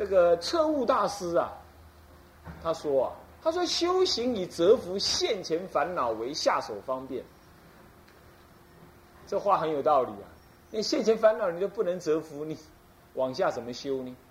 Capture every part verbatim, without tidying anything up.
这个彻悟大师啊，他说啊，他说修行以折服现前烦恼为下手方便。这话很有道理啊！那现前烦恼你都不能折服，你往下怎么修呢？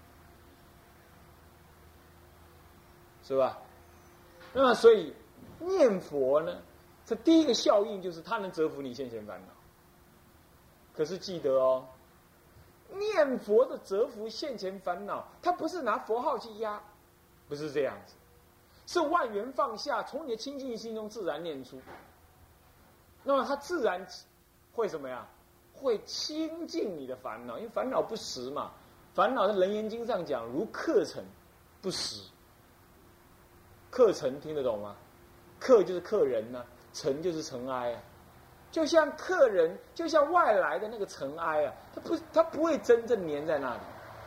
是吧？那么所以念佛呢，这第一个效应就是它能折服你现前烦恼。可是记得哦，念佛的折服现前烦恼，它不是拿佛号去压，不是这样子，是万缘放下，从你的清净心中自然念出。那么它自然会什么呀？会清净你的烦恼，因为烦恼不实嘛。烦恼在《楞严经》上讲，如客尘不实。客尘听得懂吗？客就是客人呢、啊，尘就是尘埃啊。就像客人，就像外来的那个尘埃啊，它不，它不会真正粘在那里。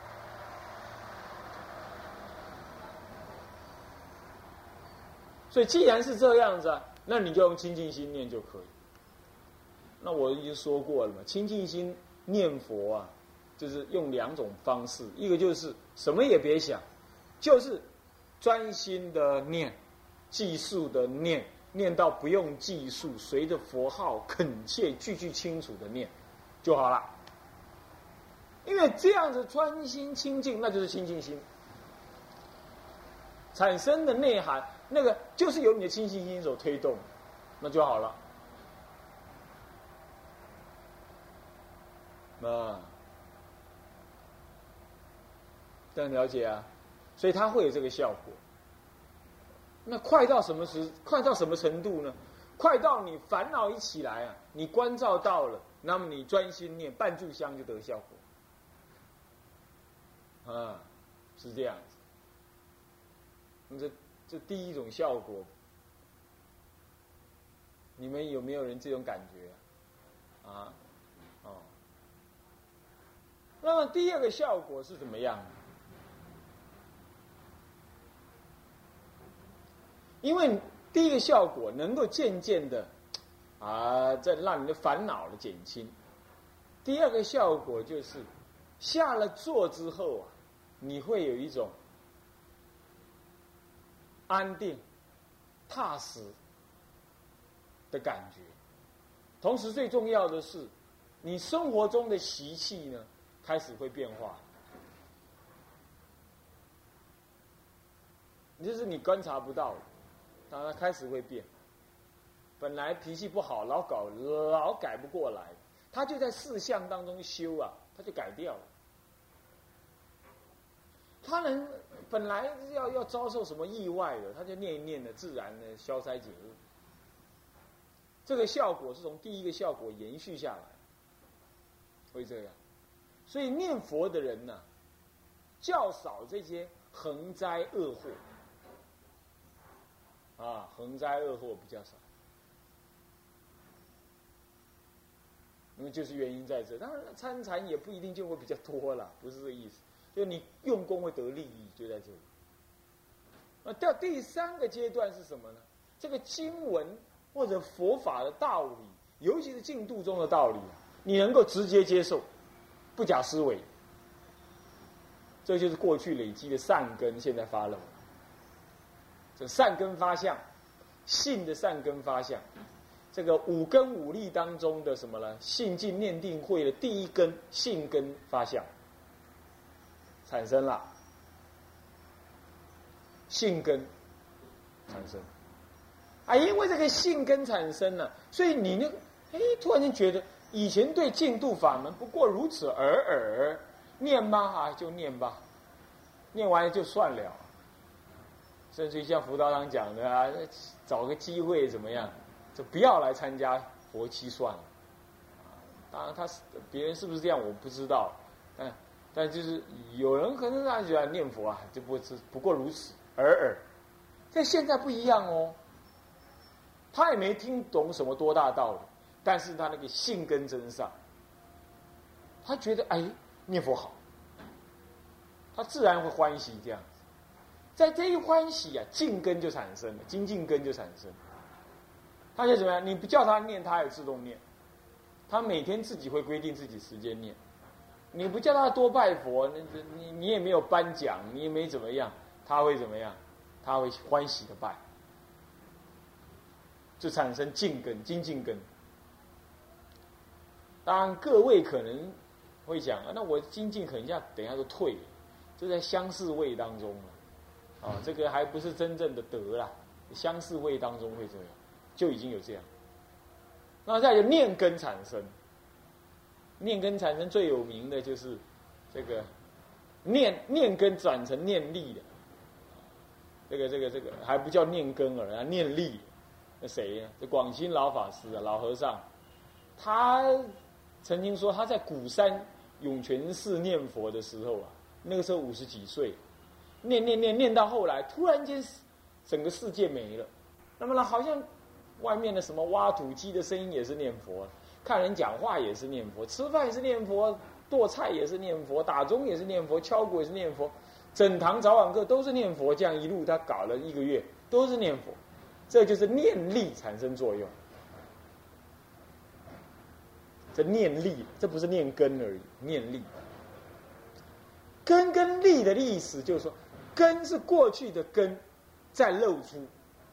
所以既然是这样子啊，那你就用清净心念就可以。那我已经说过了嘛，清净心念佛啊，就是用两种方式，一个就是什么也别想，就是专心的念，计数的念，念到不用计数，随着佛号恳切、句句清楚的念就好了。因为这样子专心清净，那就是清净心产生的内涵，那个就是由你的清净心所推动，那就好了。啊，这样了解啊？所以它会有这个效果。那快到什么时？快到什么程度呢？快到你烦恼一起来啊，你关照到了，那么你专心念半炷香就得效果。啊，是这样子。那这这第一种效果，你们有没有人这种感觉啊？啊，哦。那么第二个效果是怎么样？因为第一个效果能够渐渐的啊，在让你的烦恼的减轻。第二个效果就是下了座之后啊，你会有一种安定、踏实的感觉。同时最重要的是，你生活中的习气呢，开始会变化，就是你观察不到的，它开始会变。本来脾气不好，老搞老改不过来，他就在四项当中修啊，他就改掉了。他能本来要要遭受什么意外的，他就念一念的，自然的消灾解厄。这个效果是从第一个效果延续下来，会这样。所以念佛的人呢、啊，较少这些横灾恶祸啊，横灾恶祸比较少。那么就是原因在这，当然参禅也不一定就会比较多了，不是这个意思。就你用功会得利益，就在这里。那到第三个阶段是什么呢？这个经文或者佛法的道理，尤其是净土中的道理啊，你能够直接接受，不假思维。这就是过去累积的善根，现在发露。这善根发相，信的善根发相。这个五根五力当中的什么呢？信净念定慧的第一根信根发相产生了，信根产生啊，因为这个信根产生了，所以你那个哎，突然间觉得以前对净土法门不过如此而尔，念吧啊就念吧，念完了就算了，甚至于像辅导长讲的啊，找个机会怎么样？就不要来参加佛七算了，当然他别人是不是这样我不知道，但但就是有人可能他觉得念佛啊，就不是不过如此而尔。但现在不一样哦，他也没听懂什么多大道理，但是他那个信根真上，他觉得哎念佛好，他自然会欢喜这样子。在这一欢喜啊，净根就产生了，精进根就产生了。他就怎么样？你不叫他念，他也自动念。他每天自己会规定自己时间念。 你不叫他多拜佛，你你你也没有颁奖，你也没怎么样，他会怎么样？他会欢喜的拜，就产生净根、精进根。当然，各位可能会讲啊，那我精进可能要等一下就退了，这在相似位当中了，啊，这个还不是真正的得啦，相似位当中会这样，就已经有这样。那再有念根产生，念根产生最有名的就是这个念念根转成念力的，这个这个这个还不叫念根而已，念力。那谁呀？这广兴老法师啊，老和尚，他曾经说他在鼓山涌泉寺念佛的时候啊，那个时候五十几岁，念念念念到后来，突然间整个世界没了。那么呢，好像外面的什么挖土机的声音也是念佛，看人讲话也是念佛，吃饭也是念佛，剁菜也是念佛，打钟也是念佛，敲鼓也是念佛，整堂早晚课都是念佛，这样一路他搞了一个月都是念佛，这就是念力产生作用。这念力，这不是念根而已，念力。根跟力的意思就是说，根是过去的根再露出，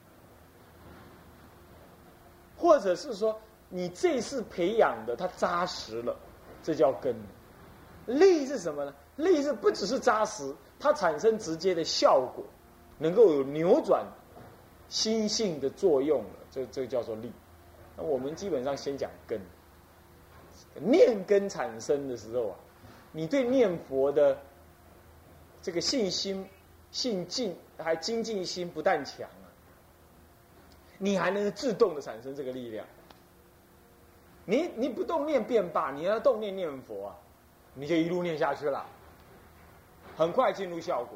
或者是说你这次培养的它扎实了，这叫根。力是什么呢？力是不只是扎实，它产生直接的效果，能够有扭转心性的作用了，这这叫做力。那我们基本上先讲根。念根产生的时候啊，你对念佛的这个信心、信进还精进心不但强啊，你还能自动的产生这个力量。你你不动念便罢，你要动念念佛啊，你就一路念下去了，很快进入效果，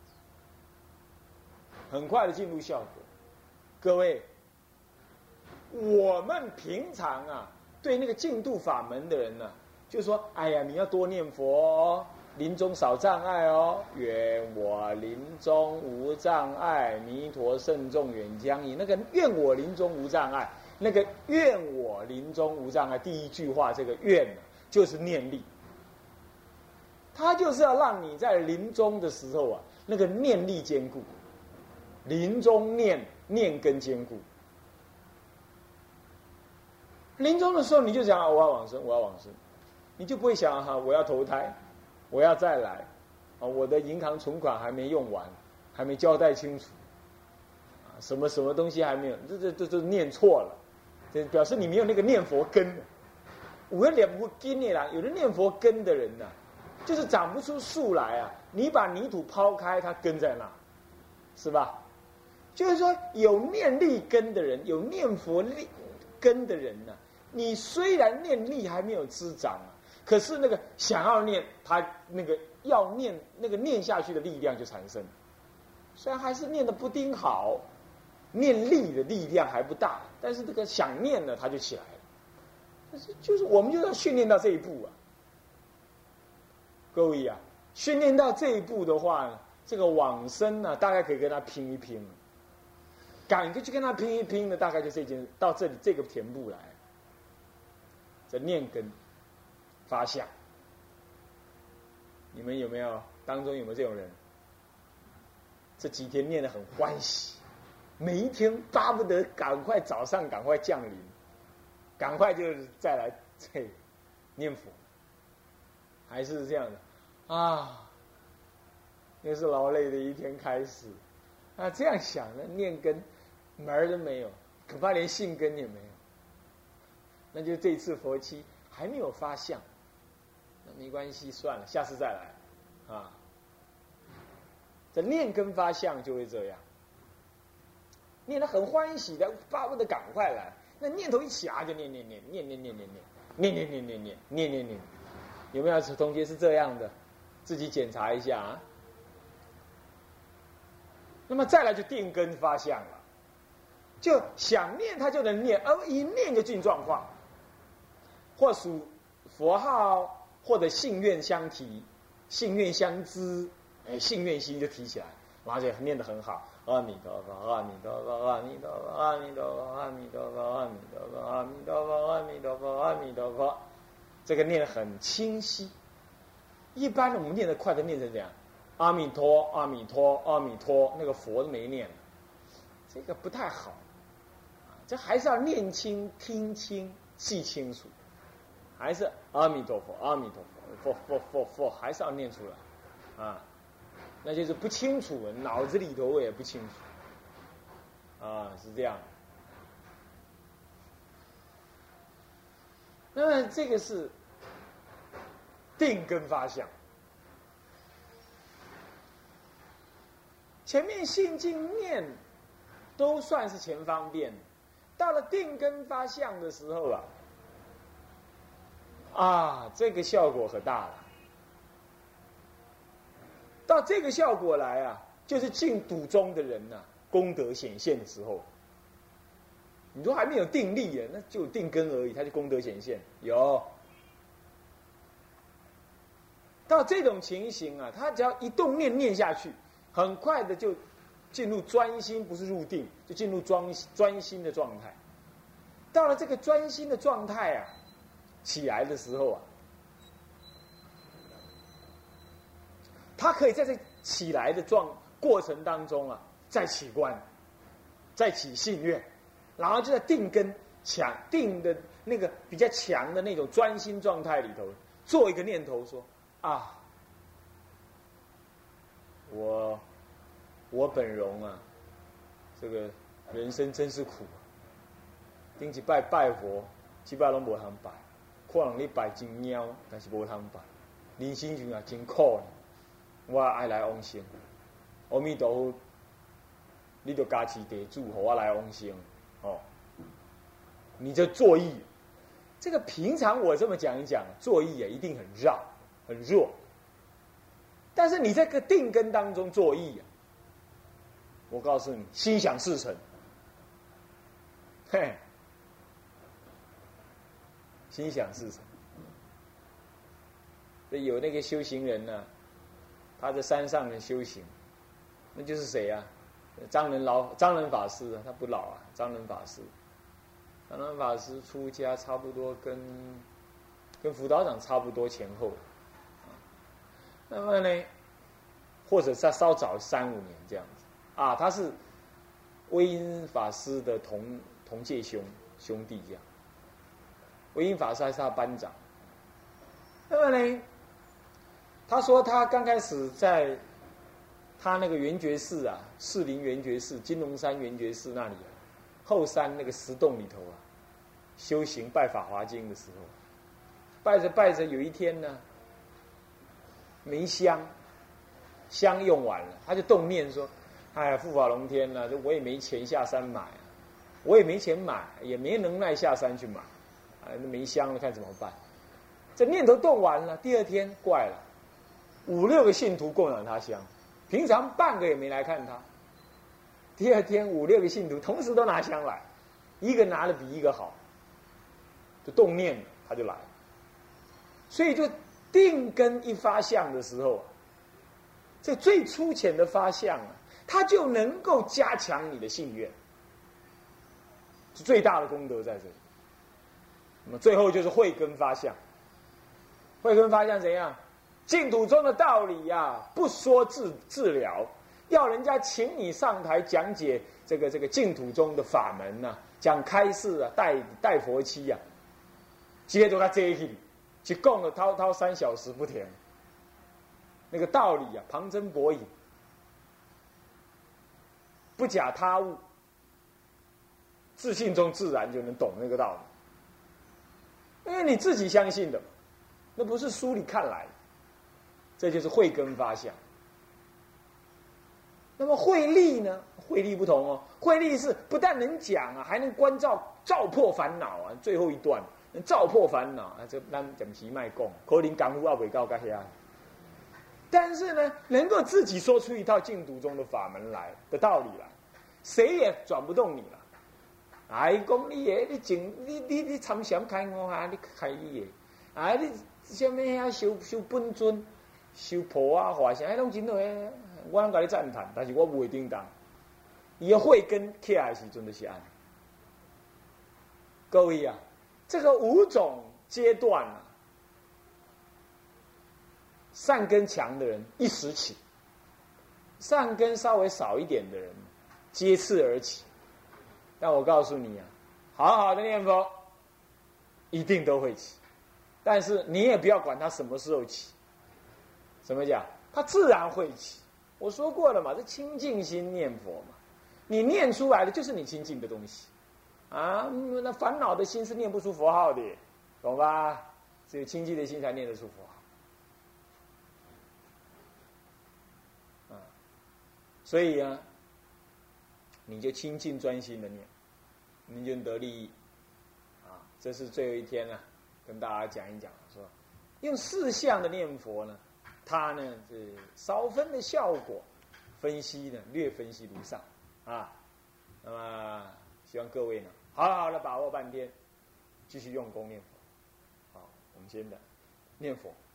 很快的进入效果。各位，我们平常啊，对那个净土法门的人呢、啊，就说：哎呀，你要多念佛哦，临终少障碍哦，愿我临终无障碍，弥陀圣众远将引。那个愿我临终无障碍，那个愿我临终无障碍，第一句话这个愿呢，就是念力。他就是要让你在临终的时候啊，那个念力坚固，临终念念根坚固。临终的时候，你就想啊，我要往生，我要往生，你就不会想哈、啊，我要投胎，我要再来，啊，我的银行存款还没用完，还没交代清楚，啊，什么什么东西还没有，这这这这念错了，这表示你没有那个念佛根。五个念佛根的人，有的念佛根的人呢、啊，就是长不出树来啊。你把泥土抛开，它根在那，是吧？就是说，有念力根的人，有念佛力根的人呢、啊。你虽然念力还没有滋长啊，可是那个想要念，他那个要念那个念下去的力量就产生。虽然还是念得不丁好，念力的力量还不大，但是这个想念呢，它就起来了。但是就是我们就要训练到这一步啊，各位啊，训练到这一步的话呢，这个往生呢、啊，大概可以跟他拼一拼，敢去跟他拼一拼的，大概就这件到这里这个田步来。这念根发相，你们有没有当中有没有这种人？这几天念得很欢喜，每一天巴不得赶快早上赶快降临，赶快就是再来这念佛，还是这样的啊？又是劳累的一天开始啊！这样想的念根门儿都没有，恐怕连信根也没有。那就这次佛期还没有发相，那没关系，算了，下次再来啊。这念根发相就会这样，念得很欢喜的，巴不得赶快来。那念头一起啊，就念念念念念念念念念念念念念念念念，有没有同学是这样的？自己检查一下啊。那么再来就定根发相了，就想念他就能念，而一念就进状况。或属佛号，或者信愿相提，信愿相知，哎，信愿心就提起来，然后就念得很好。阿弥陀佛，阿弥陀佛，阿弥陀佛，阿弥陀佛，阿弥陀佛，阿弥陀佛，阿弥陀佛，阿弥陀佛，阿弥陀佛。这个念得很清晰， 一般我们念得快的念成这样，阿弥陀阿弥陀阿弥陀，那个佛都没念，这个不太好，这还是要念清、听清、记清楚，还是阿弥陀佛阿弥陀佛佛佛佛佛，还是要念出来啊，那就是不清楚，脑子里头也不清楚啊，是这样。那么这个是定根发相。前面信经念都算是前方便，到了定根发相的时候啊，啊，这个效果可大了。到这个效果来啊，就是进笃中的人呐、啊，功德显现的时候。你说还没有定力啊，那就定根而已，他就功德显现。有到这种情形啊，他只要一动念念下去，很快的就进入专心，不是入定，就进入专专心的状态。到了这个专心的状态啊，起来的时候啊，他可以在这起来的状过程当中啊，再起观，再起信愿。然后就在定根强定的那个比较强的那种专心状态里头，做一个念头说：啊，我我本容啊，这个人生真是苦啊！顶一拜拜佛，几拜拢无通拜，可能你拜真猫，但是无通拜，人生就啊真苦呢。我爱来往生，阿弥陀佛，你就加持地主，和我来往生。哦，你这作意，这个平常我这么讲一讲，作意啊一定很绕，很弱。但是你在个定根当中作意啊，我告诉你，心想事成。嘿，心想事成。有那个修行人呢、啊，他在山上的修行，那就是谁啊？张仁老张仁法师啊，他不老啊，张仁法师，张仁法师出家差不多跟跟辅导长差不多前后，啊，那么呢，或者再稍早三五年这样子啊，他是威音法师的同同届兄兄弟这样，威音法师还是他班长，那么呢，他说他刚开始在。他那个圆觉寺啊，士林圆觉寺、金龙山圆觉寺那里啊，后山那个石洞里头啊，修行拜《法华经》的时候，拜着拜着，有一天呢，没香，香用完了，他就动念说：“哎呀，护法龙天呐、啊，我也没钱下山买啊，我也没钱买，也没能耐下山去买，啊，那没香了，看怎么办？”这念头动完了，第二天怪了，五六个信徒供养他香。平常半个也没来看他，第二天五六个信徒同时都拿香来，一个拿的比一个好，就动念了，他就来了。所以就定根一发相的时候，这最粗浅的发相啊，它就能够加强你的信愿，是最大的功德在这里。那么最后就是慧根发相，慧根发相怎样？净土中的道理呀、啊，不说治治疗，要人家请你上台讲解这个这个净土中的法门呐、啊，讲开示啊，带带佛七呀、啊，接着他这一起，去供了滔滔三小时不停。那个道理啊，旁征博引，不假他物，自信中自然就能懂那个道理，因为你自己相信的，那不是书里看来的。这就是慧根发相。那么慧力呢？慧力不同哦，慧力是不但能讲啊，还能关照照破烦恼啊。最后一段能照破烦恼啊，这咱讲皮卖供，可能功夫要未到噶遐。但是呢，能够自己说出一套净土中的法门来的道理来，谁也转不动你了。哎，讲你诶，你净你你你参详开我啊，你开你诶，啊你什么遐修修本尊。修婆啊、华相，迄拢真好诶，我拢甲你赞叹，但是我不会叮当。伊个慧根起来的时阵就是安。各位啊，这个五种阶段啊， 善根强的人一时起，善根稍微少一点的人接次而起。但我告诉你啊，好好的念佛，一定都会起。但是你也不要管他什么时候起，怎么讲？他自然会起。我说过了嘛，这清净心念佛嘛，你念出来的就是你清净的东西啊。那烦恼的心是念不出佛号的，懂吧？只有清净的心才念得出佛号啊。所以啊，你就清净专心的念，你就得利益啊。这是最后一天啊，跟大家讲一讲，说用四项的念佛呢，它呢是少分的效果分析呢，略分析如上啊。那么希望各位呢，好好的把握半天，继续用功念佛。好，我们先的念佛。